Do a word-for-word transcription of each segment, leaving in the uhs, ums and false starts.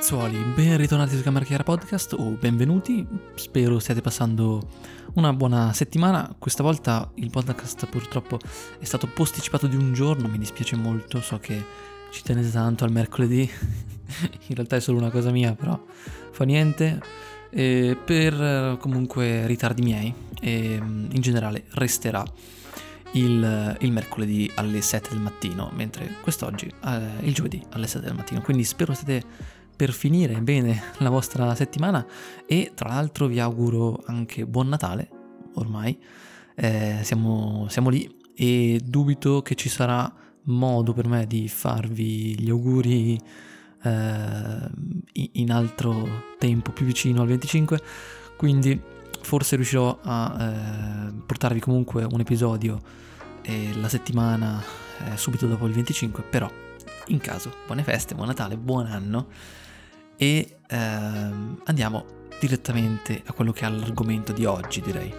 ragazzuoli, ben ritornati su Camera Chiara Podcast o benvenuti, spero stiate passando una buona settimana. Questa volta il podcast purtroppo è stato posticipato di un giorno, mi dispiace molto, so che ci tenete tanto al mercoledì, in realtà è solo una cosa mia, però fa niente, e per comunque ritardi miei e in generale resterà Il, il mercoledì alle sette del mattino, mentre quest'oggi eh, il giovedì alle sette del mattino. Quindi spero siete per finire bene la vostra settimana e tra l'altro vi auguro anche buon Natale. Ormai eh, siamo, siamo lì e dubito che ci sarà modo per me di farvi gli auguri eh, in altro tempo più vicino al venticinque, quindi forse riuscirò a eh, portarvi comunque un episodio eh, la settimana eh, subito dopo il venticinque, però in caso buone feste, buon Natale, buon anno e eh, andiamo direttamente a quello che è l'argomento di oggi, direi.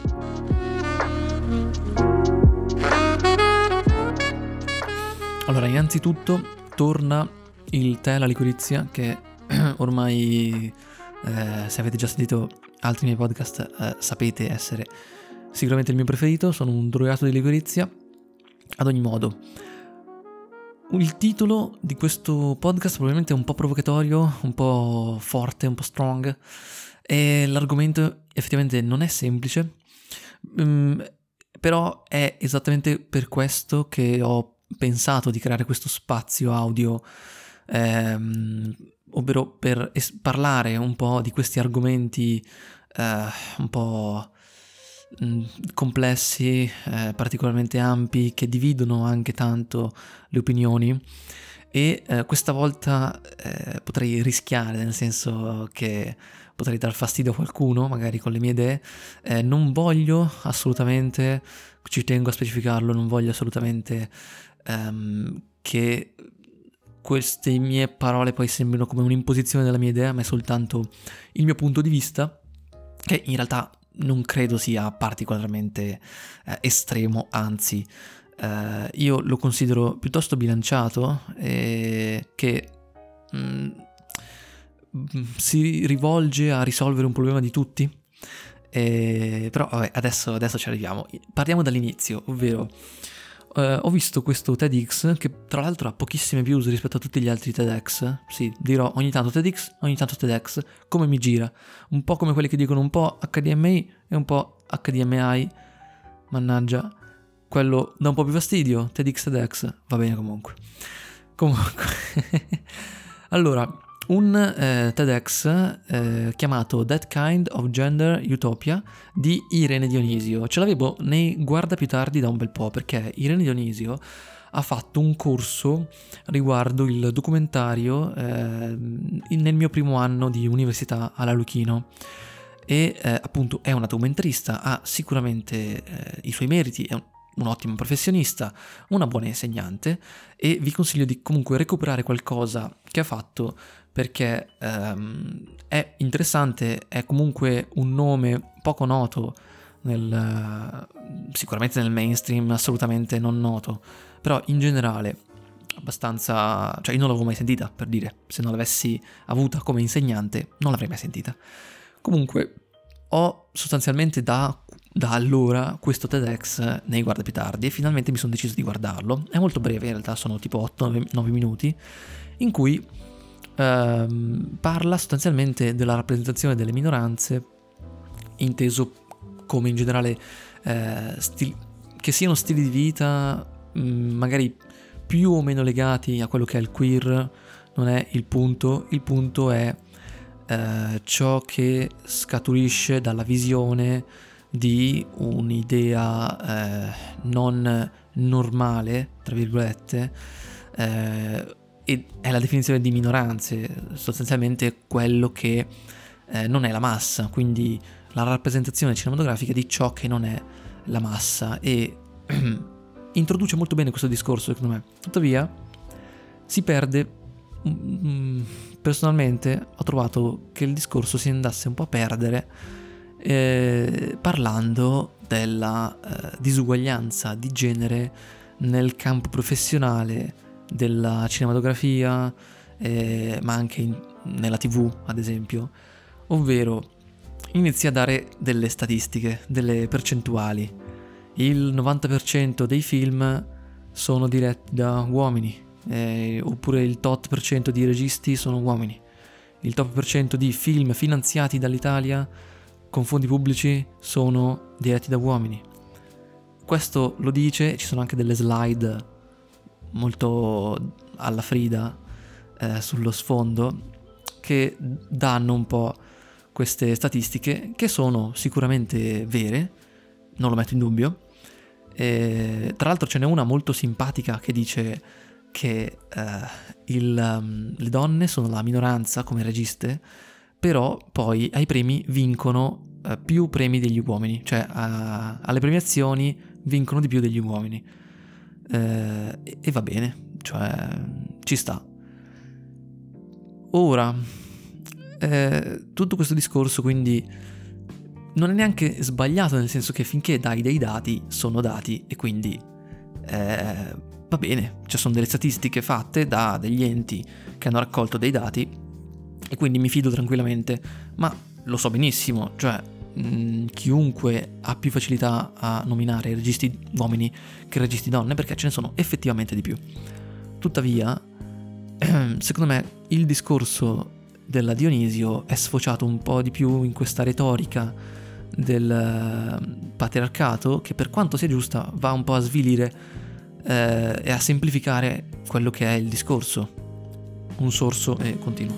Allora, innanzitutto torna il tè alla liquirizia che ormai eh, se avete già sentito altri miei podcast eh, sapete essere sicuramente il mio preferito. Sono un drogato di liquirizia. Ad ogni modo, il titolo di questo podcast probabilmente è un po' provocatorio, un po' forte, un po' strong, e l'argomento effettivamente non è semplice, um, però è esattamente per questo che ho pensato di creare questo spazio audio, ehm, ovvero per es- parlare un po' di questi argomenti Uh, un po' mh, complessi, eh, particolarmente ampi, che dividono anche tanto le opinioni e eh, questa volta eh, potrei rischiare, nel senso che potrei dar fastidio a qualcuno magari con le mie idee. Eh, non voglio assolutamente, ci tengo a specificarlo, non voglio assolutamente um, che queste mie parole poi sembrino come un'imposizione della mia idea, ma è soltanto il mio punto di vista, che in realtà non credo sia particolarmente eh, estremo, anzi eh, io lo considero piuttosto bilanciato e che mh, si rivolge a risolvere un problema di tutti, e, però vabbè, adesso, adesso ci arriviamo. Parliamo dall'inizio, ovvero Uh, ho visto questo TEDx che tra l'altro ha pochissime views rispetto a tutti gli altri TEDx. Sì, dirò ogni tanto TEDx, ogni tanto TEDx, come mi gira. Un po' come quelli che dicono un po' H D M I e un po' H D M I. Mannaggia, quello dà un po' più fastidio. TEDx, TEDx, va bene comunque. Comunque, allora, un eh, TEDx eh, chiamato That Kind of Gender Utopia di Irene Dionisio. Ce l'avevo nei guarda più tardi da un bel po', perché Irene Dionisio ha fatto un corso riguardo il documentario eh, nel mio primo anno di università alla Luchino e eh, appunto è una documentarista, ha sicuramente eh, i suoi meriti, è un un ottimo professionista, una buona insegnante, e vi consiglio di comunque recuperare qualcosa che ha fatto, perché ehm, è interessante, è comunque un nome poco noto, nel, sicuramente nel mainstream assolutamente non noto, però in generale abbastanza, cioè io non l'avevo mai sentita, per dire, se non l'avessi avuta come insegnante non l'avrei mai sentita. Comunque ho sostanzialmente da, da allora questo TEDx nei guarda più tardi e finalmente mi sono deciso di guardarlo. È molto breve, in realtà sono tipo otto nove minuti, in cui ehm, parla sostanzialmente della rappresentazione delle minoranze, inteso come in generale eh, stil- che siano stili di vita mh, magari più o meno legati a quello che è il queer, non è il punto, il punto è Uh, ciò che scaturisce dalla visione di un'idea uh, non normale, tra virgolette, uh, e è la definizione di minoranze, sostanzialmente quello che uh, non è la massa, quindi la rappresentazione cinematografica di ciò che non è la massa, e introduce molto bene questo discorso, secondo me. Tuttavia si perde. Personalmente ho trovato che il discorso si andasse un po' a perdere eh, parlando della eh, disuguaglianza di genere nel campo professionale della cinematografia, eh, ma anche in, nella tivù ad esempio, ovvero inizia a dare delle statistiche, delle percentuali. Il novanta per cento dei film sono diretti da uomini, eh, oppure il tot per cento di registi sono uomini, il top per cento di film finanziati dall'Italia con fondi pubblici sono diretti da uomini. Questo lo dice, ci sono anche delle slide molto alla Frida eh, sullo sfondo che danno un po' queste statistiche, che sono sicuramente vere, non lo metto in dubbio. E, tra l'altro ce n'è una molto simpatica che dice che eh, il, um, le donne sono la minoranza come registe, però poi ai premi vincono eh, più premi degli uomini, cioè a, alle premiazioni vincono di più degli uomini. Eh, e, e va bene, cioè ci sta. Ora, eh, tutto questo discorso quindi non è neanche sbagliato, nel senso che finché dai dei dati sono dati e quindi eh, va bene, cioè sono delle statistiche fatte da degli enti che hanno raccolto dei dati e quindi mi fido tranquillamente, ma lo so benissimo, cioè mh, chiunque ha più facilità a nominare registi uomini che registi donne, perché ce ne sono effettivamente di più. Tuttavia, secondo me il discorso della Dionisio è sfociato un po' di più in questa retorica del patriarcato che, per quanto sia giusta, va un po' a svilire eh, e a semplificare quello che è il discorso. Un sorso e continuo.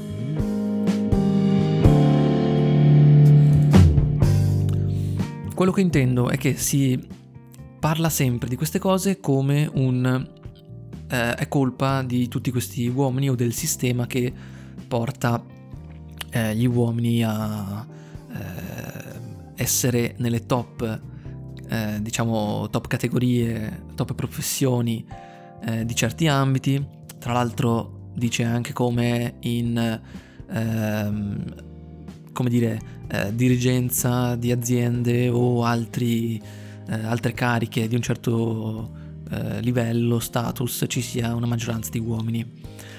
Quello che intendo è che si parla sempre di queste cose come un eh, è colpa di tutti questi uomini o del sistema che porta eh, gli uomini a eh, essere nelle top eh, diciamo top categorie, top professioni eh, di certi ambiti. Tra l'altro dice anche come in ehm, come dire eh, dirigenza di aziende o altri eh, altre cariche di un certo eh, livello, status, ci sia una maggioranza di uomini.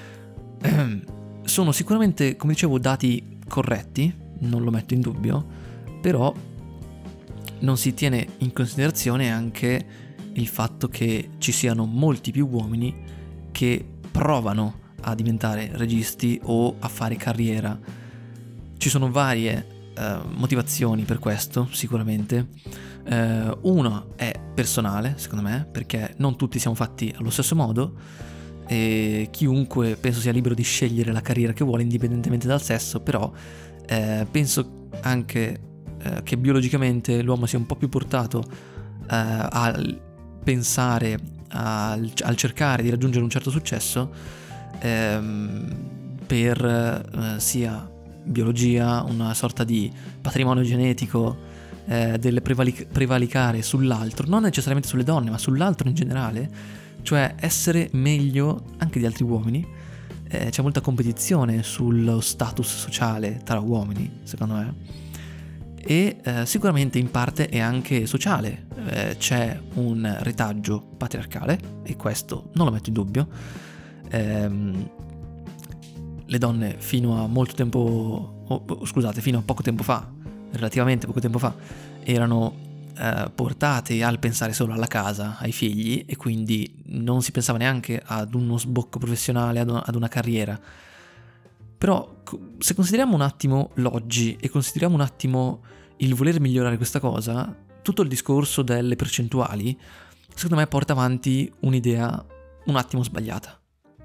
Sono sicuramente, come dicevo, dati corretti, non lo metto in dubbio, però non si tiene in considerazione anche il fatto che ci siano molti più uomini che provano a diventare registi o a fare carriera. Ci sono varie eh, motivazioni per questo, sicuramente. Eh, una è personale, secondo me, perché non tutti siamo fatti allo stesso modo e chiunque penso sia libero di scegliere la carriera che vuole indipendentemente dal sesso, però eh, penso anche eh, che biologicamente l'uomo sia un po' più portato eh, a pensare, al, al cercare di raggiungere un certo successo ehm, per eh, sia biologia, una sorta di patrimonio genetico eh, del prevalic- prevalicare sull'altro, non necessariamente sulle donne, ma sull'altro in generale, cioè essere meglio anche di altri uomini. Eh, c'è molta competizione sullo status sociale tra uomini, secondo me, e eh, sicuramente in parte è anche sociale. Eh, c'è un retaggio patriarcale e questo non lo metto in dubbio. Ehm, le donne fino a molto tempo, oh, scusate, fino a poco tempo fa, relativamente poco tempo fa, erano eh, portate al pensare solo alla casa, ai figli, e quindi non si pensava neanche ad uno sbocco professionale, ad una, ad una carriera. Però se consideriamo un attimo l'oggi e consideriamo un attimo il voler migliorare questa cosa, tutto il discorso delle percentuali secondo me porta avanti un'idea un attimo sbagliata.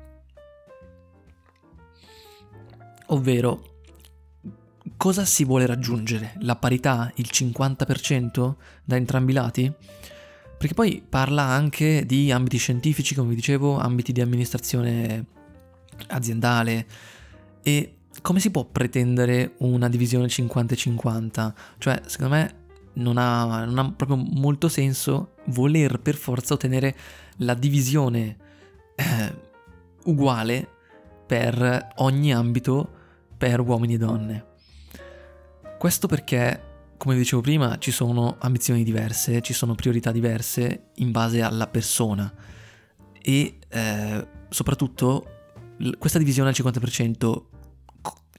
Ovvero, cosa si vuole raggiungere? La parità? Il cinquanta per cento da entrambi i lati? Perché poi parla anche di ambiti scientifici, come vi dicevo, ambiti di amministrazione aziendale, e come si può pretendere una divisione cinquanta e cinquanta? Cioè, secondo me non ha, non ha proprio molto senso voler per forza ottenere la divisione eh, uguale per ogni ambito per uomini e donne. Questo perché, come vi dicevo prima, ci sono ambizioni diverse, ci sono priorità diverse in base alla persona e eh, soprattutto l- questa divisione al cinquanta per cento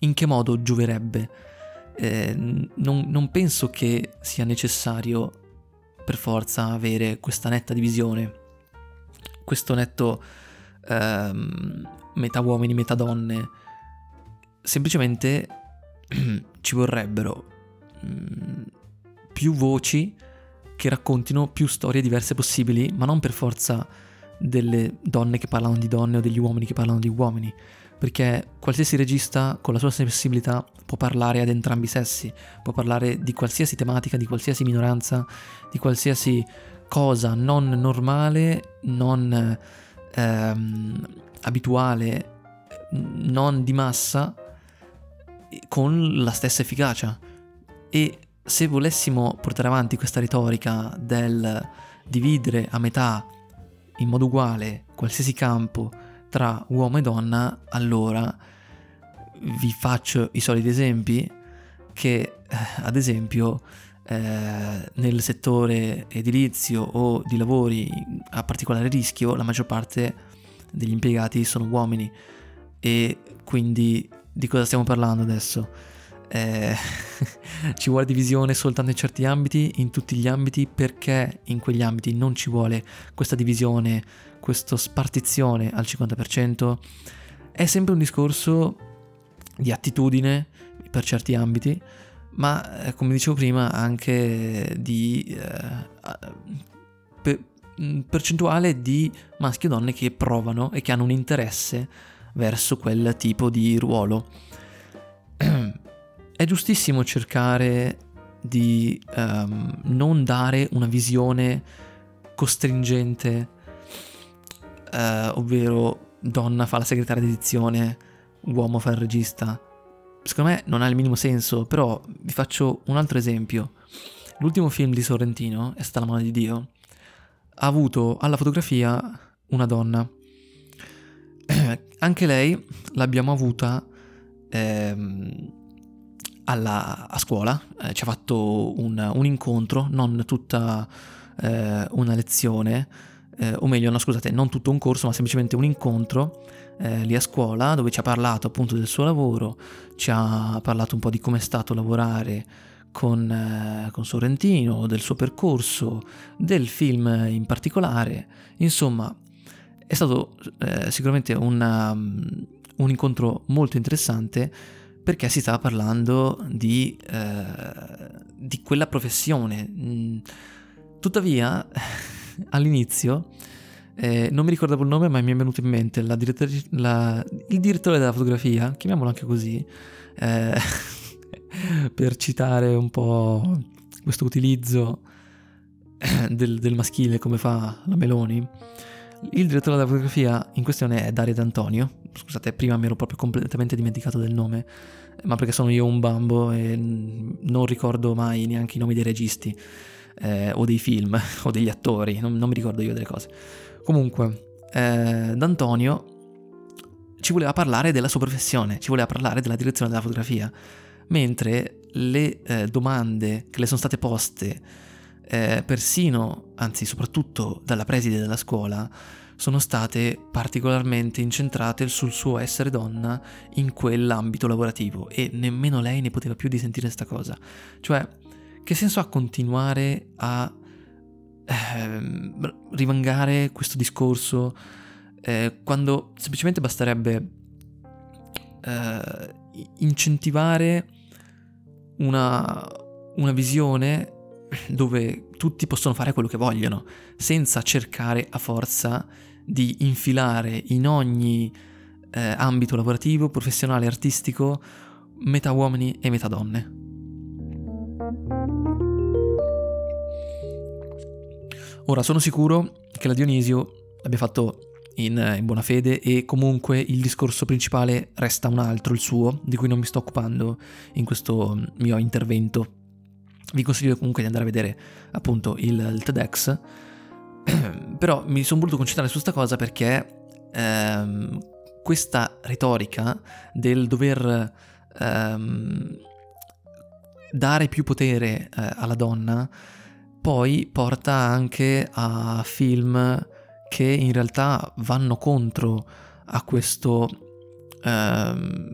in che modo gioverebbe? Eh, non, non penso che sia necessario per forza avere questa netta divisione, questo netto ehm, metà uomini, metà donne. Semplicemente ci vorrebbero mh, più voci che raccontino più storie diverse possibili, ma non per forza delle donne che parlano di donne o degli uomini che parlano di uomini, perché qualsiasi regista con la sua sensibilità può parlare ad entrambi i sessi, può parlare di qualsiasi tematica, di qualsiasi minoranza, di qualsiasi cosa non normale, non ehm, abituale, non di massa, con la stessa efficacia. E se volessimo portare avanti questa retorica del dividere a metà in modo uguale qualsiasi campo tra uomo e donna, allora vi faccio i soliti esempi che eh, ad esempio eh, nel settore edilizio o di lavori a particolare rischio la maggior parte degli impiegati sono uomini. E quindi di cosa stiamo parlando adesso? Eh, ci vuole divisione soltanto in certi ambiti, in tutti gli ambiti, perché in quegli ambiti non ci vuole questa divisione, questa spartizione al cinquanta per cento? È sempre un discorso di attitudine per certi ambiti, ma eh, come dicevo prima anche di eh, per, percentuale di maschi e donne che provano e che hanno un interesse verso quel tipo di ruolo. È giustissimo cercare di um, non dare una visione costringente, uh, ovvero donna fa la segretaria di edizione, uomo fa il regista. Secondo me non ha il minimo senso, però vi faccio un altro esempio. L'ultimo film di Sorrentino, È stata la mano di Dio, ha avuto alla fotografia una donna. Anche lei l'abbiamo avuta ehm, alla, a scuola, eh, ci ha fatto un, un incontro, non tutta eh, una lezione, eh, o meglio, no scusate, non tutto un corso, ma semplicemente un incontro eh, lì a scuola, dove ci ha parlato appunto del suo lavoro, ci ha parlato un po' di come è stato lavorare con, eh, con Sorrentino, del suo percorso, del film in particolare. Insomma, è stato eh, sicuramente una, un incontro molto interessante, perché si stava parlando di, eh, di quella professione. Tuttavia, all'inizio, eh, non mi ricordavo il nome, ma mi è venuto in mente la direttrice, la, il direttore della fotografia, chiamiamolo anche così, eh, per citare un po' questo utilizzo del, del maschile come fa la Meloni. Il direttore della fotografia in questione è Dario D'Antonio. Scusate, prima mi ero proprio completamente dimenticato del nome, ma perché sono io un bambo e non ricordo mai neanche i nomi dei registi eh, o dei film o degli attori, non, non mi ricordo io delle cose. Comunque, eh, D'Antonio ci voleva parlare della sua professione, ci voleva parlare della direzione della fotografia, mentre le eh, domande che le sono state poste Eh, persino, anzi soprattutto dalla preside della scuola, sono state particolarmente incentrate sul suo essere donna in quell'ambito lavorativo, e nemmeno lei ne poteva più di sentire sta cosa. Cioè, che senso ha continuare a eh, rivangare questo discorso eh, quando semplicemente basterebbe eh, incentivare una, una visione dove tutti possono fare quello che vogliono, senza cercare a forza di infilare in ogni eh, ambito lavorativo, professionale, artistico, metà uomini e metà donne. Ora, sono sicuro che la Dionisio abbia fatto in, in buona fede, e comunque il discorso principale resta un altro, il suo, di cui non mi sto occupando in questo mio intervento. Vi consiglio comunque di andare a vedere appunto il, il TEDx, però mi sono voluto concentrare su questa cosa perché ehm, questa retorica del dover ehm, dare più potere eh, alla donna poi porta anche a film che in realtà vanno contro a questo ehm,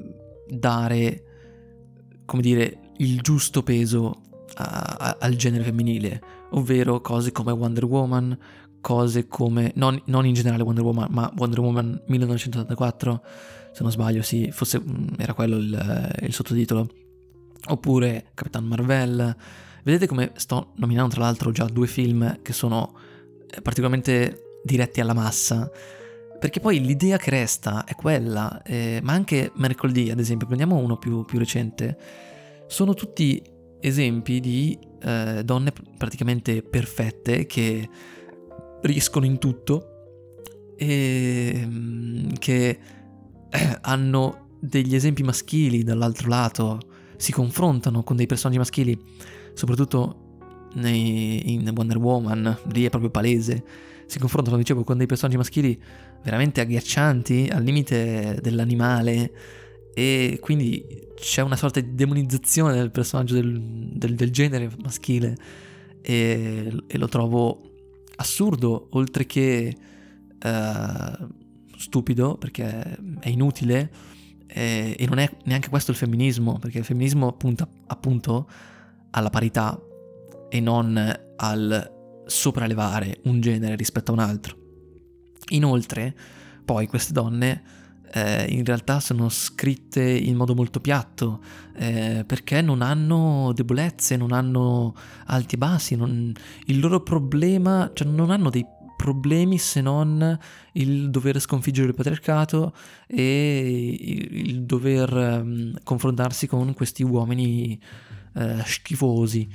dare, come dire, il giusto peso a, a, al genere femminile, ovvero cose come Wonder Woman, cose come, non, non in generale Wonder Woman, ma Wonder Woman millenovecentottantaquattro, se non sbaglio, sì, forse era quello il, il sottotitolo, oppure Capitan Marvel. Vedete come sto nominando tra l'altro già due film che sono particolarmente diretti alla massa, perché poi l'idea che resta è quella, eh, ma anche mercoledì ad esempio, prendiamo uno più, più recente, sono tutti esempi di eh, donne praticamente perfette che riescono in tutto e che eh, hanno degli esempi maschili dall'altro lato, si confrontano con dei personaggi maschili, soprattutto nei, in Wonder Woman, lì è proprio palese, si confrontano, dicevo, con dei personaggi maschili veramente agghiaccianti, al limite dell'animale, e quindi c'è una sorta di demonizzazione del personaggio del, del, del genere maschile, e, e lo trovo assurdo, oltre che uh, stupido, perché è inutile, e, e non è neanche questo il femminismo, perché il femminismo punta appunto alla parità e non al sopraelevare un genere rispetto a un altro. Inoltre, poi queste donne eh, in realtà sono scritte in modo molto piatto, eh, perché non hanno debolezze, non hanno alti e bassi, non, il loro problema, cioè non hanno dei problemi se non il dover sconfiggere il patriarcato e il, il dover um, confrontarsi con questi uomini uh, schifosi.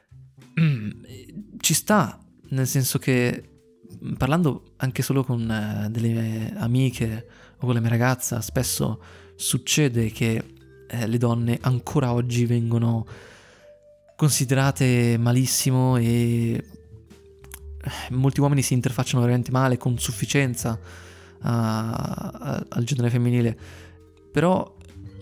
Ci sta, nel senso che, parlando anche solo con uh, delle mie amiche o con la mia ragazza, spesso succede che eh, le donne ancora oggi vengono considerate malissimo e molti uomini si interfacciano veramente male, con sufficienza, a, a, al genere femminile, però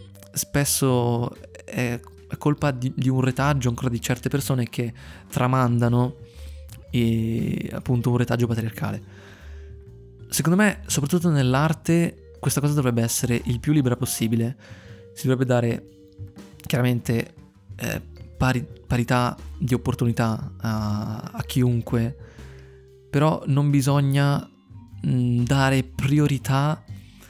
spesso è, è colpa di, di un retaggio ancora di certe persone che tramandano e, appunto un retaggio patriarcale. Secondo me, soprattutto nell'arte, questa cosa dovrebbe essere il più libera possibile, si dovrebbe dare chiaramente eh, pari, parità di opportunità a, a chiunque, però non bisogna mh, dare priorità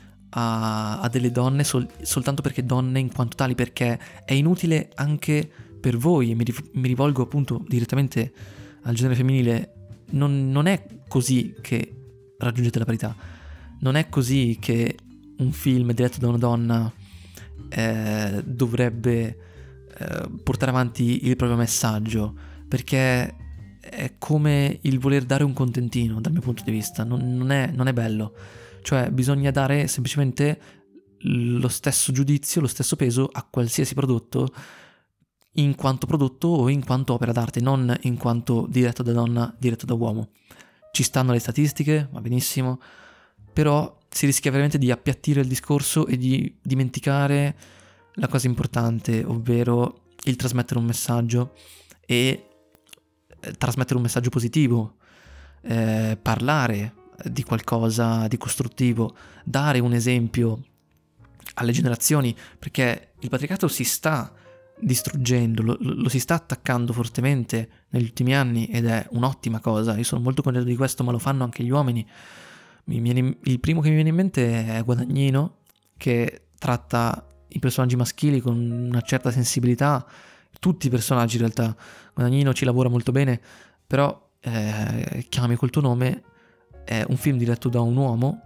a, a delle donne sol, soltanto perché donne in quanto tali, perché è inutile anche per voi, e mi, mi rivolgo appunto direttamente al genere femminile. Non, non è così che raggiungete la parità, non è così che un film diretto da una donna eh, dovrebbe eh, portare avanti il proprio messaggio, perché è come il voler dare un contentino, dal mio punto di vista. Non, non, è, non è bello, cioè bisogna dare semplicemente lo stesso giudizio, lo stesso peso a qualsiasi prodotto in quanto prodotto o in quanto opera d'arte, non in quanto diretto da donna, diretto da uomo. Ci stanno le statistiche, va benissimo, però si rischia veramente di appiattire il discorso e di dimenticare la cosa importante, ovvero il trasmettere un messaggio e trasmettere un messaggio positivo, eh, parlare di qualcosa di costruttivo, dare un esempio alle generazioni, perché il patriarcato si sta distruggendo, lo, lo si sta attaccando fortemente negli ultimi anni ed è un'ottima cosa. Io sono molto contento di questo, ma lo fanno anche gli uomini. Mi viene, il primo che mi viene in mente è Guadagnino, che tratta i personaggi maschili con una certa sensibilità, tutti i personaggi in realtà. Guadagnino ci lavora molto bene, però eh, Chiamami col tuo nome è un film diretto da un uomo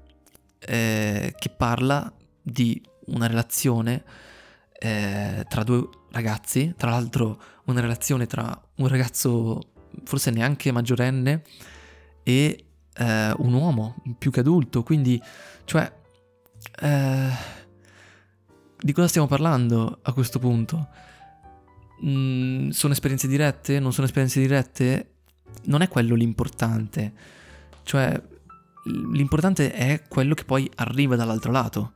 eh, che parla di una relazione eh, tra due ragazzi, tra l'altro una relazione tra un ragazzo forse neanche maggiorenne e eh, un uomo più che adulto, quindi cioè eh, di cosa stiamo parlando a questo punto? Mm, sono esperienze dirette? Non sono esperienze dirette? Non è quello l'importante, cioè l'importante è quello che poi arriva dall'altro lato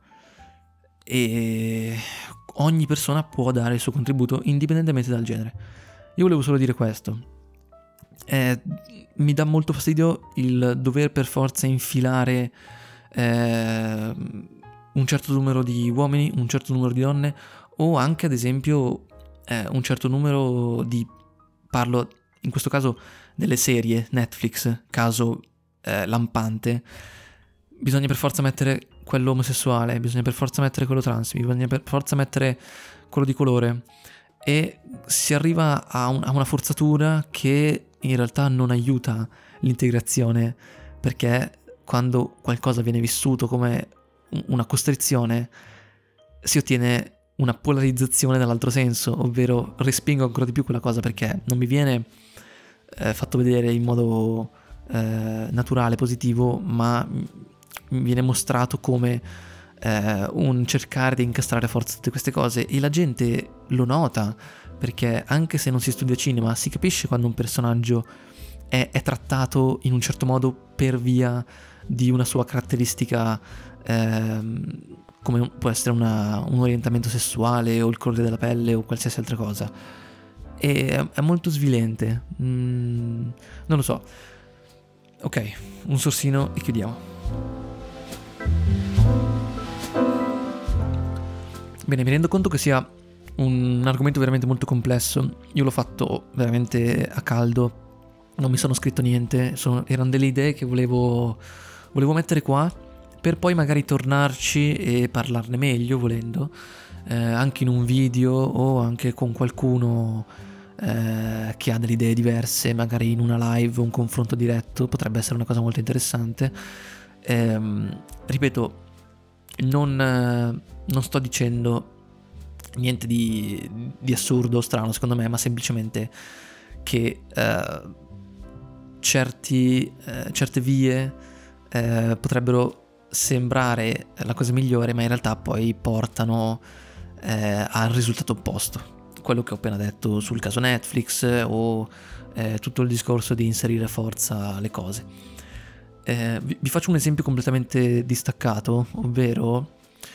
e ogni persona può dare il suo contributo indipendentemente dal genere. Io volevo solo dire questo. Eh, mi dà molto fastidio il dover per forza infilare eh, un certo numero di uomini, un certo numero di donne, o anche ad esempio eh, un certo numero di, parlo in questo caso delle serie Netflix, caso eh, lampante, bisogna per forza mettere quello omosessuale, bisogna per forza mettere quello trans, bisogna per forza mettere quello di colore, e si arriva a, un, a una forzatura che in realtà non aiuta l'integrazione, perché quando qualcosa viene vissuto come una costrizione si ottiene una polarizzazione nell'altro senso, ovvero respingo ancora di più quella cosa perché non mi viene eh, fatto vedere in modo eh, naturale, positivo, ma mi viene mostrato come eh, un cercare di incastrare a forza tutte queste cose, e la gente lo nota, perché anche se non si studia cinema si capisce quando un personaggio è, è trattato in un certo modo per via di una sua caratteristica, ehm, come può essere una, un orientamento sessuale o il colore della pelle o qualsiasi altra cosa, e è, è molto svilente. mm, non lo so. Ok, un sorsino e chiudiamo. Bene, mi rendo conto che sia un argomento veramente molto complesso. Io l'ho fatto veramente a caldo, non mi sono scritto niente, sono, erano delle idee che volevo, volevo mettere qua per poi magari tornarci e parlarne meglio, volendo, eh, anche in un video o anche con qualcuno eh, che ha delle idee diverse, magari in una live o un confronto diretto, potrebbe essere una cosa molto interessante. Ehm, ripeto, non, eh, non sto dicendo niente di, di assurdo o strano secondo me, ma semplicemente che eh, certi, eh, certe vie eh, potrebbero sembrare la cosa migliore, ma in realtà poi portano eh, al risultato opposto. Quello che ho appena detto sul caso Netflix o eh, tutto il discorso di inserire a forza le cose. Eh, vi, vi faccio un esempio completamente distaccato, ovvero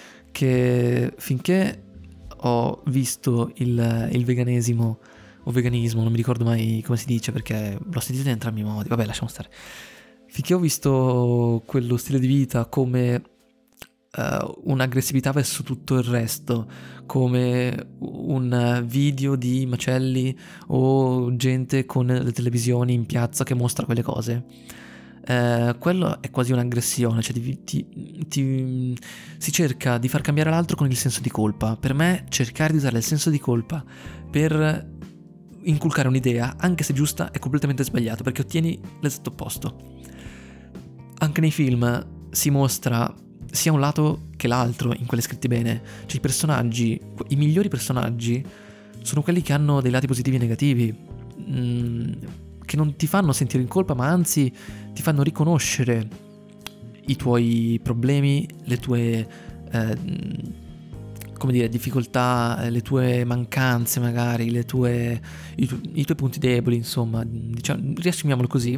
che finché ho visto il, il veganesimo o veganismo, non mi ricordo mai come si dice perché l'ho sentito in entrambi i modi, vabbè, lasciamo stare. Finché ho visto quello stile di vita come uh, un'aggressività verso tutto il resto, come un video di macelli o gente con le televisioni in piazza che mostra quelle cose, uh, quello è quasi un'aggressione, cioè ti, ti, ti, si cerca di far cambiare l'altro con il senso di colpa. Per me cercare di usare il senso di colpa per inculcare un'idea, anche se giusta, è completamente sbagliato, perché ottieni l'esatto opposto. Anche nei film si mostra sia un lato che l'altro in quelli scritti bene. Cioè i personaggi, i migliori personaggi sono quelli che hanno dei lati positivi e negativi, mm, che non ti fanno sentire in colpa, ma anzi ti fanno riconoscere i tuoi problemi, le tue eh, come dire, difficoltà, le tue mancanze magari, le tue, i, tu, i tuoi punti deboli, insomma, diciamo, riassumiamolo così,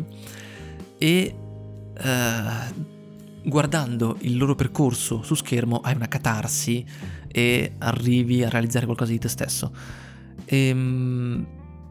e eh, guardando il loro percorso su schermo hai una catarsi e arrivi a realizzare qualcosa di te stesso. E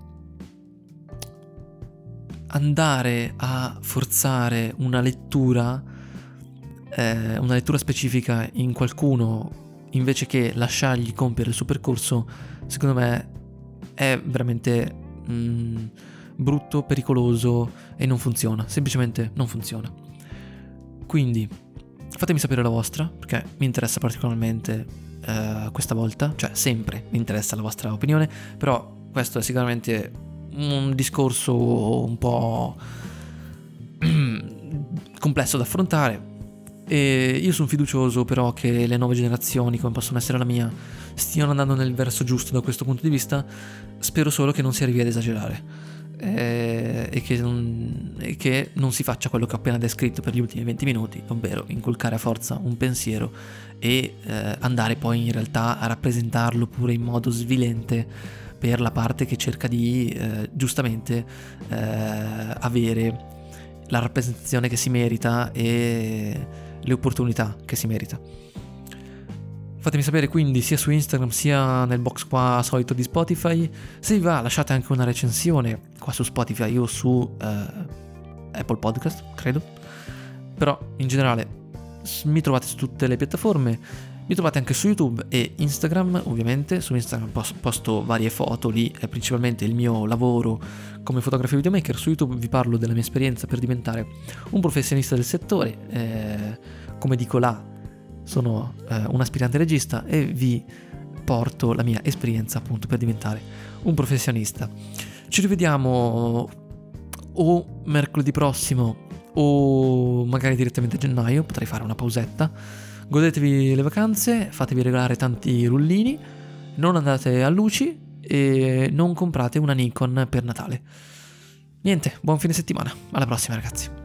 andare a forzare una lettura, eh, una lettura specifica in qualcuno invece che lasciargli compiere il suo percorso, secondo me è veramente mm, brutto, pericoloso e non funziona, semplicemente non funziona. Quindi fatemi sapere la vostra, perché mi interessa particolarmente eh, questa volta, cioè sempre mi interessa la vostra opinione, però questo è sicuramente un discorso un po' complesso da affrontare. E io sono fiducioso però che le nuove generazioni, come possono essere la mia, stiano andando nel verso giusto da questo punto di vista. Spero solo che non si arrivi ad esagerare e, e, che non, e che non si faccia quello che ho appena descritto per gli ultimi venti minuti, ovvero inculcare a forza un pensiero e eh, andare poi in realtà a rappresentarlo pure in modo svilente per la parte che cerca di eh, giustamente eh, avere la rappresentazione che si merita e le opportunità che si merita. Fatemi sapere quindi sia su Instagram sia nel box qua solito di Spotify. Se vi va, lasciate anche una recensione qua su Spotify o su uh, Apple Podcast, credo. Però in generale mi trovate su tutte le piattaforme, mi trovate anche su YouTube e Instagram, ovviamente. Su Instagram posto varie foto, lì è principalmente il mio lavoro come fotografo e videomaker. Su YouTube vi parlo della mia esperienza per diventare un professionista del settore, eh, come dico là, sono eh, un aspirante regista e vi porto la mia esperienza appunto per diventare un professionista. Ci rivediamo o mercoledì prossimo o magari direttamente a gennaio, potrei fare una pausetta. Godetevi le vacanze, fatevi regalare tanti rullini, non andate a luci e non comprate una Nikon per Natale. Niente, buon fine settimana, alla prossima ragazzi.